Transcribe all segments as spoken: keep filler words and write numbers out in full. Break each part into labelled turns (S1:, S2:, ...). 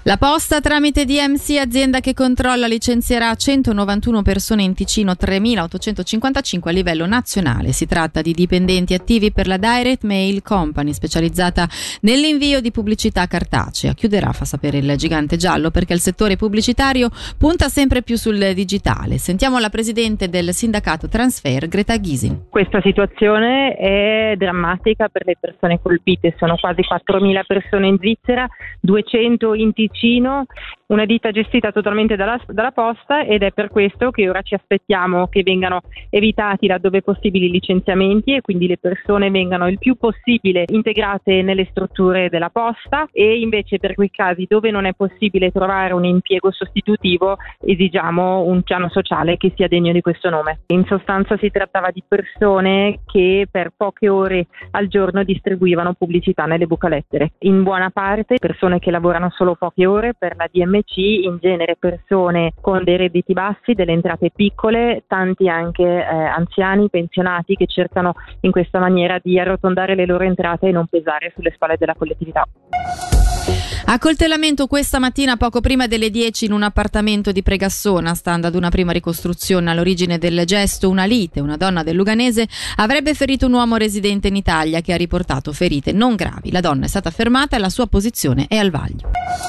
S1: La Posta tramite D M C, azienda che controlla, licenzierà centonovantuno persone in Ticino, tremilaottocentocinquantacinque a livello nazionale. Si tratta di dipendenti attivi per la Direct Mail Company, specializzata nell'invio di pubblicità cartacea. Chiuderà, fa sapere il gigante giallo, perché il settore pubblicitario punta sempre più sul digitale. Sentiamo la presidente del sindacato Transfer, Greta Gysin.
S2: Questa situazione è drammatica per le persone colpite. Sono quasi quattromila persone in Svizzera, duecento in Ticino, una ditta gestita totalmente dalla, dalla Posta, ed è per questo che ora ci aspettiamo che vengano evitati laddove possibili licenziamenti e quindi le persone vengano il più possibile integrate nelle strutture della Posta, e invece per quei casi dove non è possibile trovare un impiego sostitutivo esigiamo un piano sociale che sia degno di questo nome. In sostanza si trattava di persone che per poche ore al giorno distribuivano pubblicità nelle bucalettere, in buona parte persone che lavorano solo poche ore per la D M C, in genere persone con dei redditi bassi, delle entrate piccole, tanti anche eh, anziani, pensionati, che cercano in questa maniera di arrotondare le loro entrate e non pesare sulle spalle della collettività.
S1: Accoltellamento questa mattina poco prima delle dieci in un appartamento di Pregassona. Stando ad una prima ricostruzione, all'origine del gesto una lite. Una donna del Luganese avrebbe ferito un uomo residente in Italia, che ha riportato ferite non gravi. La donna è stata fermata e la sua posizione è al vaglio.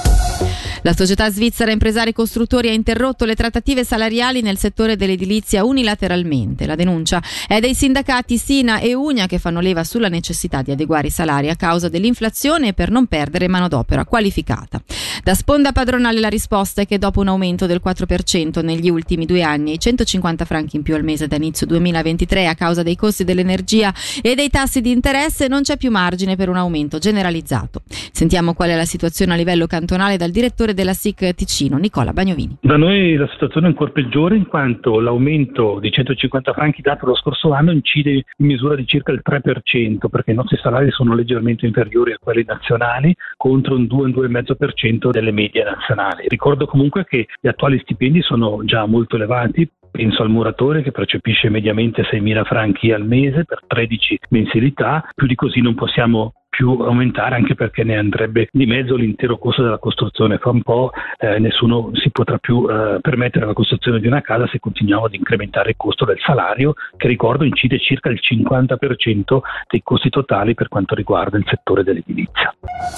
S1: La società svizzera Impresari Costruttori ha interrotto le trattative salariali nel settore dell'edilizia unilateralmente. La denuncia è dei sindacati Sina e Unia, che fanno leva sulla necessità di adeguare i salari a causa dell'inflazione e per non perdere manodopera qualificata. Da sponda padronale la risposta è che dopo un aumento del quattro per cento negli ultimi due anni e i centocinquanta franchi in più al mese da inizio duemilaventitré a causa dei costi dell'energia e dei tassi di interesse, non c'è più margine per un aumento generalizzato. Sentiamo qual è la situazione a livello cantonale dal direttore della S I C Ticino, Nicola Bagnovini.
S3: Da noi la situazione è ancora peggiore, in quanto l'aumento di centocinquanta franchi dato lo scorso anno incide in misura di circa il tre per cento, perché i nostri salari sono leggermente inferiori a quelli nazionali, contro un due virgola cinque per cento delle medie nazionali. Ricordo comunque che gli attuali stipendi sono già molto elevati. Penso al muratore, che percepisce mediamente seimila franchi al mese per tredici mensilità. Più di così non possiamo più aumentare, anche perché ne andrebbe di mezzo l'intero costo della costruzione. Fra un po' eh, nessuno si potrà più eh, permettere la costruzione di una casa se continuiamo ad incrementare il costo del salario, che ricordo incide circa il cinquanta per cento dei costi totali per quanto riguarda il settore dell'edilizia.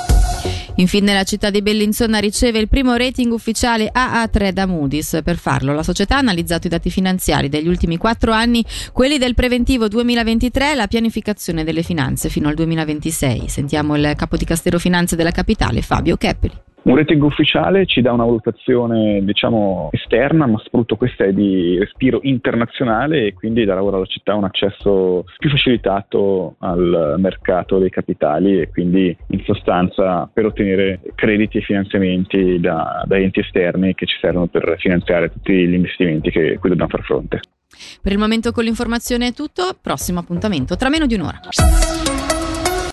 S1: Infine la città di Bellinzona riceve il primo rating ufficiale A A tre da Moody's. Per farlo la società ha analizzato i dati finanziari degli ultimi quattro anni, quelli del preventivo duemilaventitré e la pianificazione delle finanze fino al duemilaventisei. Sentiamo il capo di Castero Finanze della capitale, Fabio Cheppeli.
S4: Un rating ufficiale ci dà una valutazione, diciamo, esterna, ma soprattutto questa è di respiro internazionale e quindi dà ora alla città un accesso più facilitato al mercato dei capitali e quindi in sostanza per ottenere crediti e finanziamenti da, da enti esterni che ci servono per finanziare tutti gli investimenti che, cui dobbiamo far fronte.
S1: Per il momento con l'informazione è tutto, prossimo appuntamento tra meno di un'ora.